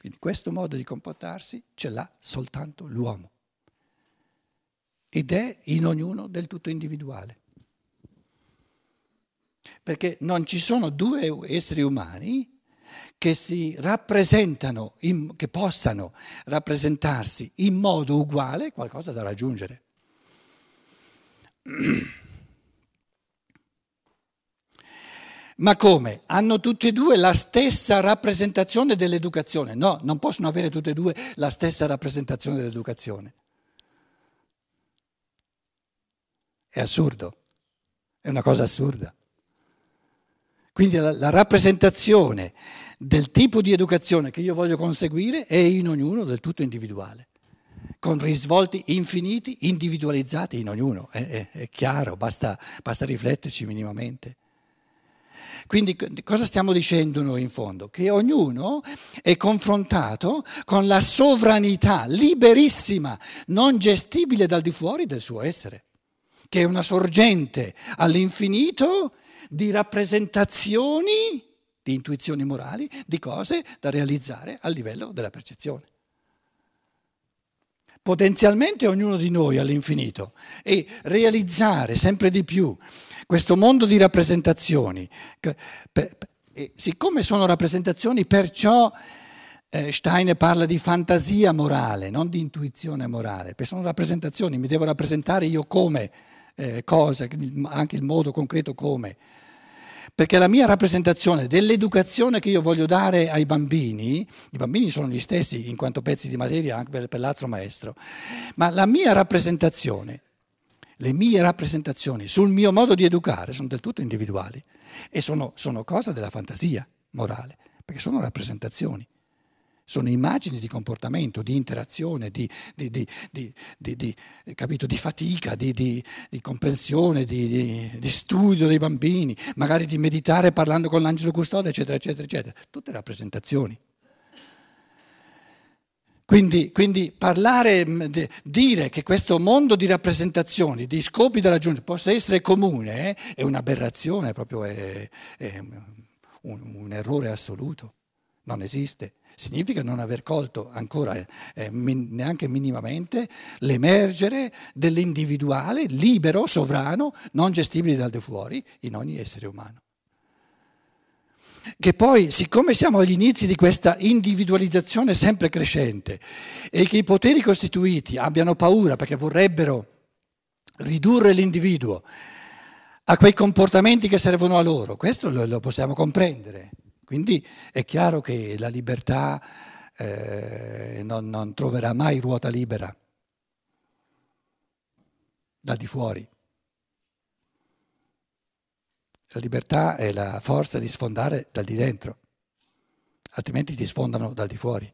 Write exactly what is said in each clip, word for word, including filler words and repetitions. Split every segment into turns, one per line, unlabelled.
Quindi questo modo di comportarsi ce l'ha soltanto l'uomo ed è in ognuno del tutto individuale. Perché non ci sono due esseri umani che si rappresentano, in, che possano rappresentarsi in modo uguale qualcosa da raggiungere. Ma come? Hanno tutti e due la stessa rappresentazione dell'educazione? No, non possono avere tutti e due la stessa rappresentazione dell'educazione. È assurdo, è una cosa assurda. Quindi la, la rappresentazione del tipo di educazione che io voglio conseguire è in ognuno del tutto individuale, con risvolti infiniti, individualizzati in ognuno, è, è, è chiaro, basta, basta rifletterci minimamente. Quindi cosa stiamo dicendo noi in fondo? Che ognuno è confrontato con la sovranità liberissima, non gestibile dal di fuori del suo essere, che è una sorgente all'infinito di rappresentazioni, di intuizioni morali, di cose da realizzare a livello della percezione. Potenzialmente ognuno di noi all'infinito e realizzare sempre di più questo mondo di rappresentazioni. E siccome sono rappresentazioni, perciò eh, Steiner parla di fantasia morale, non di intuizione morale, perché sono rappresentazioni, mi devo rappresentare io come eh, cosa, anche il modo concreto come. Perché la mia rappresentazione dell'educazione che io voglio dare ai bambini, i bambini sono gli stessi in quanto pezzi di materia anche per, per l'altro maestro, ma la mia rappresentazione, le mie rappresentazioni sul mio modo di educare sono del tutto individuali e sono, sono cosa della fantasia morale, perché sono rappresentazioni. Sono immagini di comportamento, di interazione, di, di, di, di, di, di, capito, di fatica, di, di, di comprensione, di, di, di studio dei bambini, magari di meditare parlando con l'angelo custode, eccetera, eccetera, eccetera. Tutte rappresentazioni. Quindi, quindi parlare, dire che questo mondo di rappresentazioni, di scopi da raggiungere, possa essere comune, eh, è un'aberrazione, proprio è, è un, un errore assoluto. Non esiste. Significa non aver colto ancora eh, min, neanche minimamente l'emergere dell'individuale libero, sovrano, non gestibile dal di fuori in ogni essere umano. Che poi, siccome siamo agli inizi di questa individualizzazione sempre crescente e che i poteri costituiti abbiano paura perché vorrebbero ridurre l'individuo a quei comportamenti che servono a loro, questo lo, lo possiamo comprendere. Quindi è chiaro che la libertà eh, non, non troverà mai ruota libera dal di fuori. La libertà è la forza di sfondare dal di dentro, altrimenti ti sfondano dal di fuori.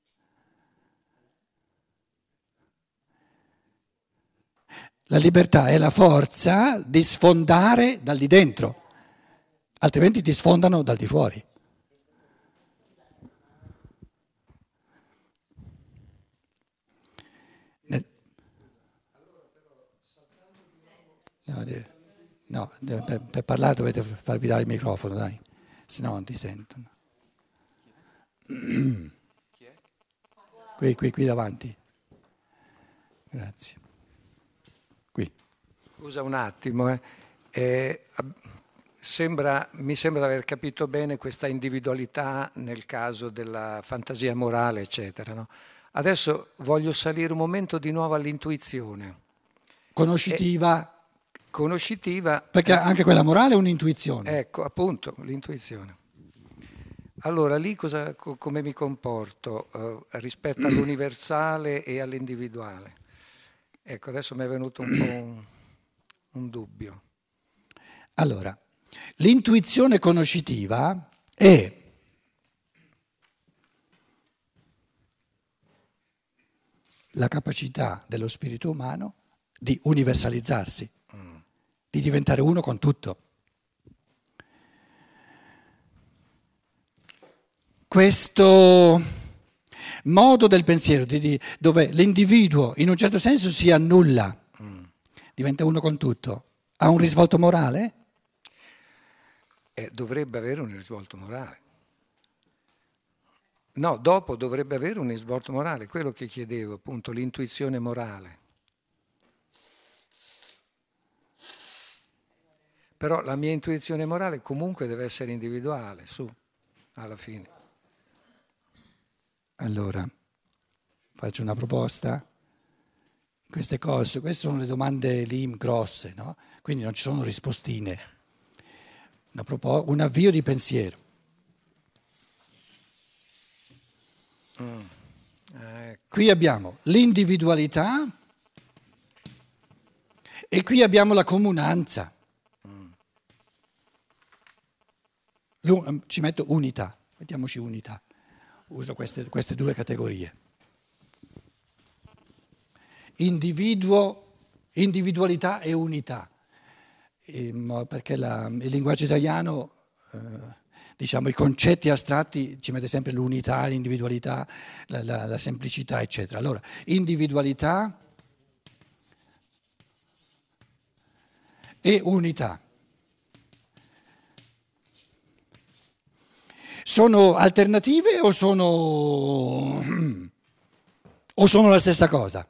La libertà è la forza di sfondare dal di dentro, altrimenti ti sfondano dal di fuori. No, per, per parlare dovete farvi dare il microfono, dai, se no non ti sentono. Qui, qui, qui davanti. Grazie. Qui.
Scusa un attimo, eh. Eh, sembra, mi sembra di aver capito bene questa individualità nel caso della fantasia morale, eccetera. No? Adesso voglio salire un momento di nuovo all'intuizione.
Conoscitiva.
Eh, conoscitiva.
Perché anche quella morale è un'intuizione.
Ecco, appunto, l'intuizione. Allora, lì cosa, come mi comporto eh, rispetto all'universale e all'individuale? Ecco, adesso mi è venuto un po' un, un dubbio.
Allora, l'intuizione conoscitiva è la capacità dello spirito umano di universalizzarsi, mm. di diventare uno con tutto. Questo modo del pensiero di, di, dove l'individuo in un certo senso si annulla, mm. diventa uno con tutto, ha un risvolto morale?
Eh, dovrebbe avere un risvolto morale. No, dopo dovrebbe avere un risvolto morale, quello che chiedevo, appunto, l'intuizione morale. Però la mia intuizione morale comunque deve essere individuale, su, alla fine.
Allora, faccio una proposta. Queste cose, queste sono le domande lì grosse, no? Quindi non ci sono rispostine. Una propo- un avvio di pensiero.
Mm. Ecco.
Qui abbiamo l'individualità e qui abbiamo la comunanza.
Mm.
L'u- ci metto unità, mettiamoci unità. Uso queste, queste due categorie. Individuo, individualità e unità. E, perché la, il linguaggio italiano... Eh, diciamo, i concetti astratti ci mette sempre l'unità, l'individualità, la, la, la semplicità, eccetera. Allora, individualità e unità. Sono alternative o sono, o sono la stessa cosa?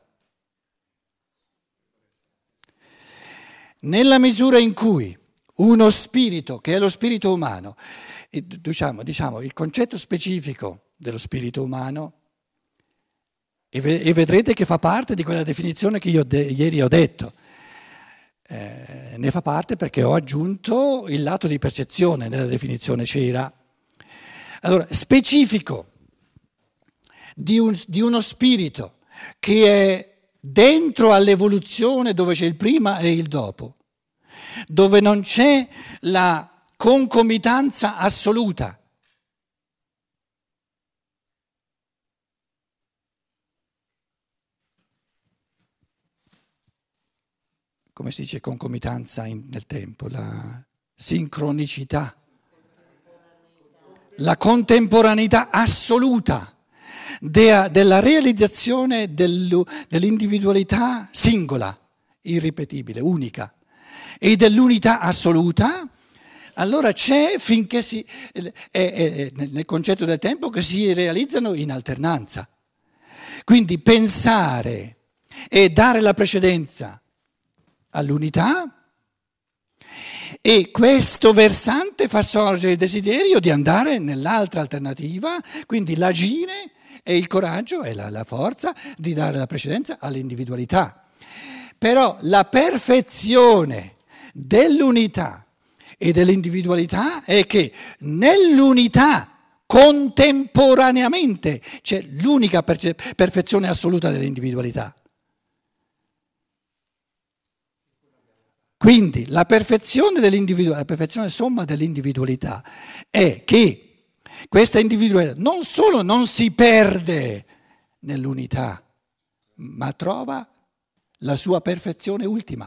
Nella misura in cui uno spirito, che è lo spirito umano, diciamo, diciamo il concetto specifico dello spirito umano, e, ve, e vedrete che fa parte di quella definizione che io de, ieri ho detto, eh, ne fa parte perché ho aggiunto il lato di percezione, nella definizione c'era. Allora, specifico di, un, di uno spirito che è dentro all'evoluzione dove c'è il prima e il dopo, dove non c'è la concomitanza assoluta. Come si dice concomitanza in, nel tempo? La sincronicità, la contemporaneità assoluta de, della realizzazione del, dell'individualità singola, irripetibile, unica, e dell'unità assoluta. Allora c'è finché si, è, è, nel concetto del tempo che si realizzano in alternanza. Quindi pensare e dare la precedenza all'unità, e questo versante fa sorgere il desiderio di andare nell'altra alternativa, quindi l'agire e il coraggio e la, la forza di dare la precedenza all'individualità. Però la perfezione dell'unità e dell'individualità è che nell'unità contemporaneamente c'è l'unica perce- perfezione assoluta dell'individualità. Quindi la perfezione dell'individualità, la perfezione somma dell'individualità è che questa individualità non solo non si perde nell'unità, ma trova la sua perfezione ultima.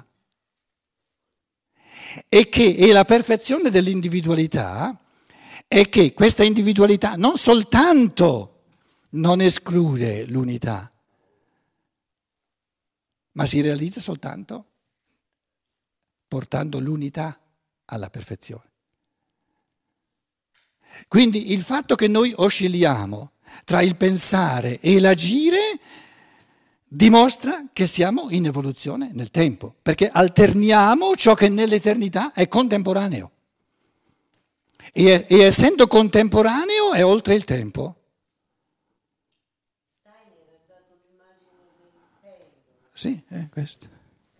E che e la perfezione dell'individualità è che questa individualità non soltanto non esclude l'unità, ma si realizza soltanto portando l'unità alla perfezione. Quindi il fatto che noi oscilliamo tra il pensare e l'agire dimostra che siamo in evoluzione nel tempo, perché alterniamo ciò che nell'eternità è contemporaneo. E, e essendo contemporaneo è oltre il tempo. Sì, è questo.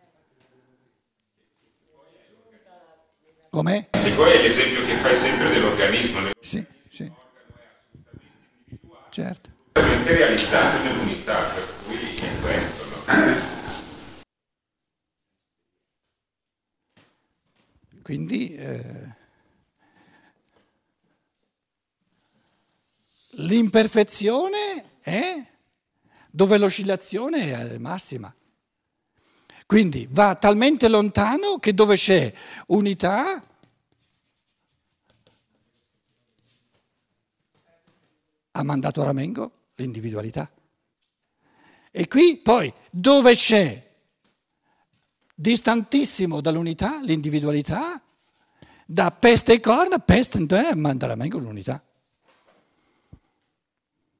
Com'è?
E poi è l'esempio che fai sempre dell'organismo.
Sì, sì. Certo.
Totalmente realizzato nell'unità, per cui è questo, no?
Quindi eh, l'imperfezione è dove l'oscillazione è massima. Quindi va talmente lontano che dove c'è unità ha mandato a ramengo l'individualità. E qui poi dove c'è distantissimo dall'unità, l'individualità, da peste e corna, peste eh, manda a ramengo l'unità.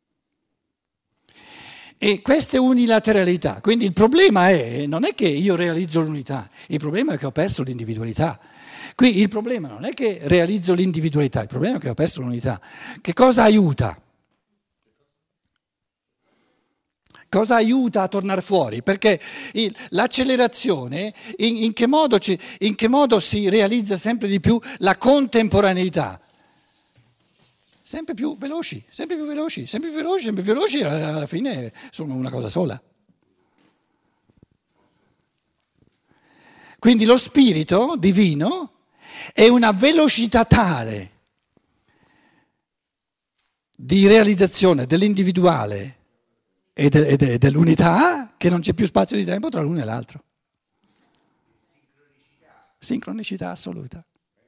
E questa è unilateralità, quindi il problema è, non è che io realizzo l'unità, il problema è che ho perso l'individualità. Qui il problema non è che realizzo l'individualità, il problema è che ho perso l'unità. Che cosa aiuta? Cosa aiuta a tornare fuori? Perché il, l'accelerazione, in, in, che modo ci, in che modo si realizza sempre di più la contemporaneità? Sempre più veloci, sempre più veloci, sempre più veloci, sempre più veloci, alla fine sono una cosa sola. Quindi lo spirito divino è una velocità tale di realizzazione dell'individuale e, de, e, de, e dell'unità che non c'è più spazio di tempo tra l'uno e l'altro. Sincronicità, Sincronicità assoluta.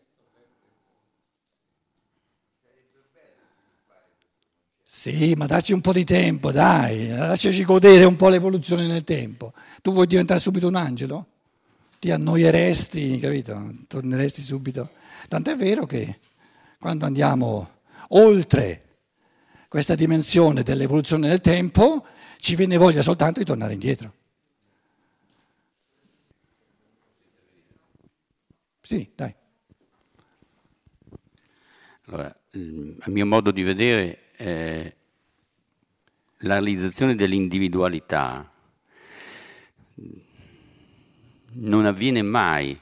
Sì, ma dacci un po' di tempo, dai, lasciaci godere un po' l'evoluzione nel tempo. Tu vuoi diventare subito un angelo? Ti annoieresti, capito? Torneresti subito. Tant'è vero che quando andiamo oltre questa dimensione dell'evoluzione nel tempo, ci viene voglia soltanto di tornare indietro. Sì, dai.
Allora, a mio modo di vedere, eh, la realizzazione dell'individualità non avviene mai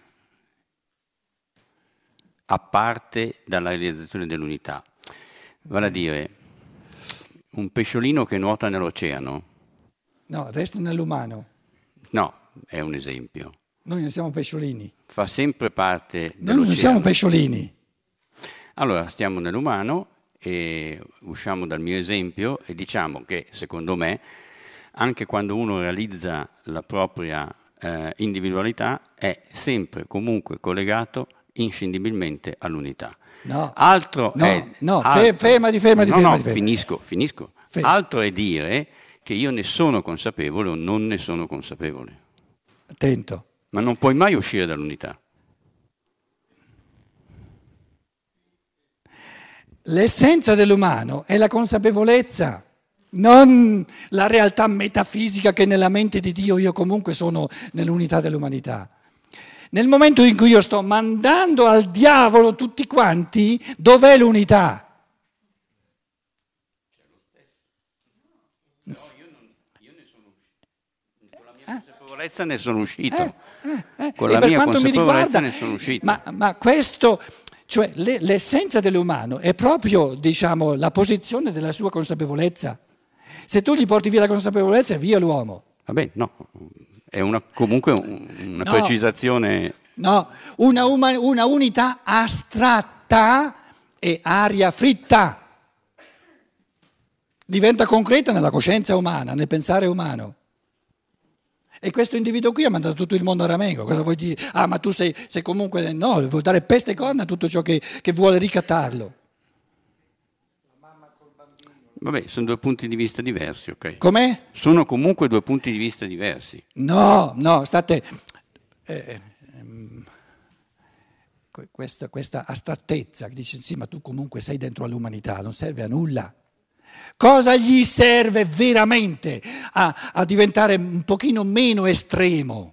a parte dalla realizzazione dell'unità. Vale a dire, un pesciolino che nuota nell'oceano.
No, resta nell'umano.
No, è un esempio.
Noi non siamo pesciolini.
Fa sempre parte
Noi
dell'oceano.
non siamo pesciolini.
Allora, stiamo nell'umano e usciamo dal mio esempio e diciamo che, secondo me, anche quando uno realizza la propria eh, individualità, è sempre comunque collegato inscindibilmente all'unità.
No,
altro
no,
è,
no,
altro,
fermati, fermati,
no,
fermati,
no,
fermati.
finisco, finisco.
Ferm-
Altro è dire che io ne sono consapevole o non ne sono consapevole.
Attento.
Ma non puoi mai uscire dall'unità.
L'essenza dell'umano è la consapevolezza, non la realtà metafisica che nella mente di Dio io comunque sono nell'unità dell'umanità. Nel momento in cui io sto mandando al diavolo tutti quanti, dov'è l'unità?
No, io, non, io ne sono uscito. Con la mia eh? consapevolezza ne sono uscito.
Eh, eh, eh.
Con
E
la
per
mia
quanto mi
consapevolezza
riguarda,
ne sono uscito.
Ma, ma questo, cioè le, l'essenza dell'umano è proprio, diciamo, la posizione della sua consapevolezza. Se tu gli porti via la consapevolezza, è via l'uomo.
Vabbè, no, è una, comunque una
no,
precisazione.
No, una, uma, una unità astratta e aria fritta. Diventa concreta nella coscienza umana, nel pensare umano. E questo individuo qui ha mandato tutto il mondo a ramengo. Cosa vuoi dire? Ah, ma tu sei, sei comunque... No, vuoi dare peste e corna a tutto ciò che, che vuole ricattarlo.
Vabbè, sono due punti di vista diversi, ok?
Com'è?
Sono comunque due punti di vista diversi.
No, no, state... Eh, ehm, questa, questa astrattezza che dice, sì, ma tu comunque sei dentro all'umanità, non serve a nulla. Cosa gli serve veramente a, a diventare un pochino meno estremo?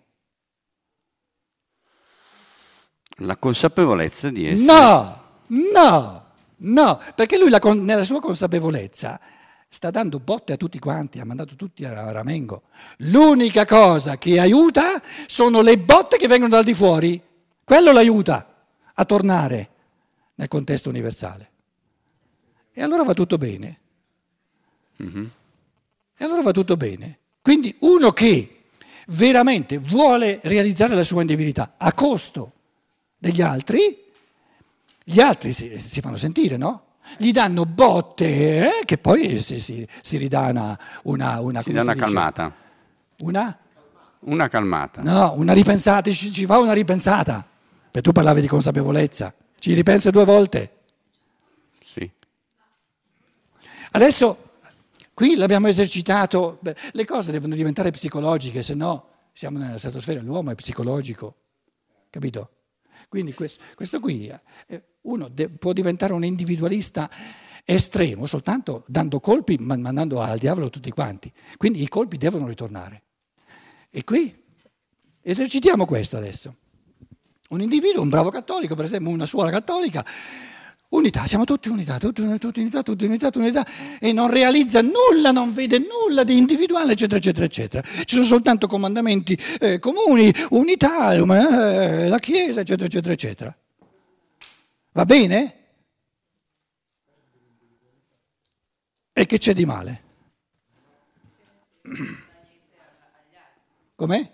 La consapevolezza di essere...
No, no, no, perché lui la, nella sua consapevolezza sta dando botte a tutti quanti, ha mandato tutti a ramengo. L'unica cosa che aiuta sono le botte che vengono dal di fuori. Quello l'aiuta a tornare nel contesto universale. E allora va tutto bene. Mm-hmm. E allora va tutto bene. Quindi uno che veramente vuole realizzare la sua individualità a costo degli altri, gli altri si, si fanno sentire, no? Gli danno botte eh, che poi si, si, si ridà una, una, una,
si dà una calmata.
Una?
Una calmata.
No, una ripensata, ci, ci fa una ripensata. Perché tu parlavi di consapevolezza, ci ripensa due volte.
Sì.
Adesso qui l'abbiamo esercitato, beh, le cose devono diventare psicologiche, se no siamo nella stratosfera, l'uomo è psicologico, capito? Quindi questo, questo qui, uno de- può diventare un individualista estremo soltanto dando colpi, ma mandando al diavolo tutti quanti. Quindi i colpi devono ritornare. E qui esercitiamo questo adesso. Un individuo, un bravo cattolico, per esempio una suora cattolica, unità, siamo tutti unità, tutti, tutti unità, tutti unità, tutti unità, e non realizza nulla, non vede nulla di individuale, eccetera, eccetera, eccetera. Ci sono soltanto comandamenti eh, comuni, unità, eh, la Chiesa, eccetera, eccetera, eccetera. Va bene? E che c'è di male? Com'è?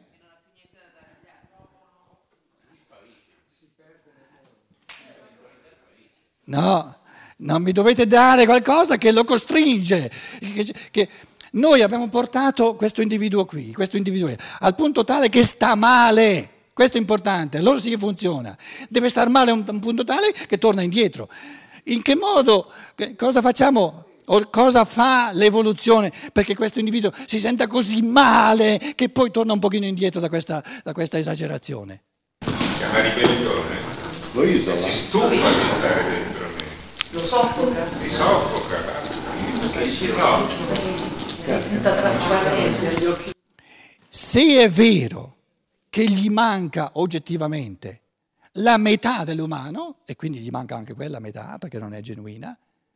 No, non mi dovete dare qualcosa che lo costringe. Che, che noi abbiamo portato questo individuo qui, questo individuo al punto tale che sta male. Questo è importante, allora sì che funziona. Deve star male a un, un punto tale che torna indietro. In che modo, che, cosa facciamo? O cosa fa l'evoluzione perché questo individuo si senta così male che poi torna un pochino indietro da questa, da questa esagerazione?
È una ribellione. Lo isola. Si stufa di stare dentro me.
Lo soffoca.
Si soffoca. No.
Diventa trasparente.
Se è vero che gli manca oggettivamente la metà dell'umano, e quindi gli manca anche quella metà perché non è genuina,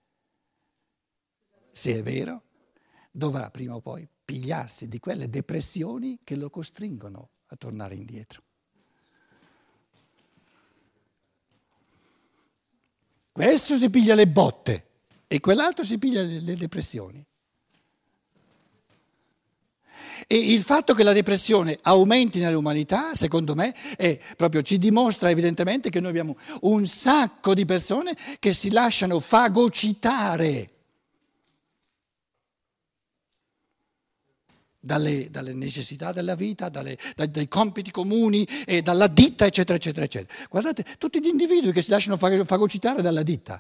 se è vero, dovrà prima o poi pigliarsi di quelle depressioni che lo costringono a tornare indietro. Questo si piglia le botte e quell'altro si piglia le, le depressioni. E il fatto che la depressione aumenti nell'umanità, secondo me, è proprio, ci dimostra evidentemente che noi abbiamo un sacco di persone che si lasciano fagocitare Dalle, dalle necessità della vita, dalle, dai, dai compiti comuni e dalla ditta, eccetera, eccetera, eccetera. Guardate, tutti gli individui che si lasciano fagocitare dalla ditta,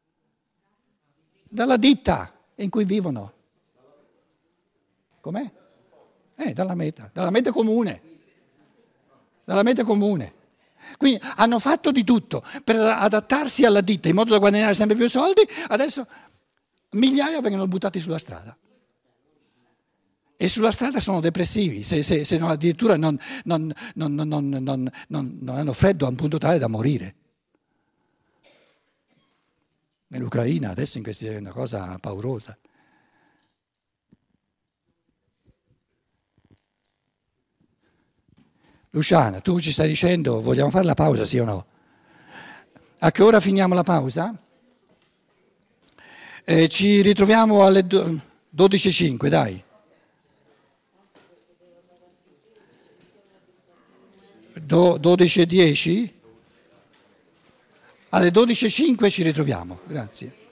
dalla ditta in cui vivono. Com'è? Eh, dalla meta, dalla meta comune, dalla meta comune. Quindi hanno fatto di tutto per adattarsi alla ditta in modo da guadagnare sempre più soldi, adesso migliaia vengono buttati sulla strada. E sulla strada sono depressivi, se, se, se non addirittura non, non, non, non, non, non hanno freddo a un punto tale da morire. Nell'Ucraina adesso in questa è una cosa paurosa. Luciana, tu ci stai dicendo, vogliamo fare la pausa, sì o no? A che ora finiamo la pausa? Eh, ci ritroviamo alle dodici e cinque, dai. dodici e dieci? Alle dodici e cinque ci ritroviamo, grazie.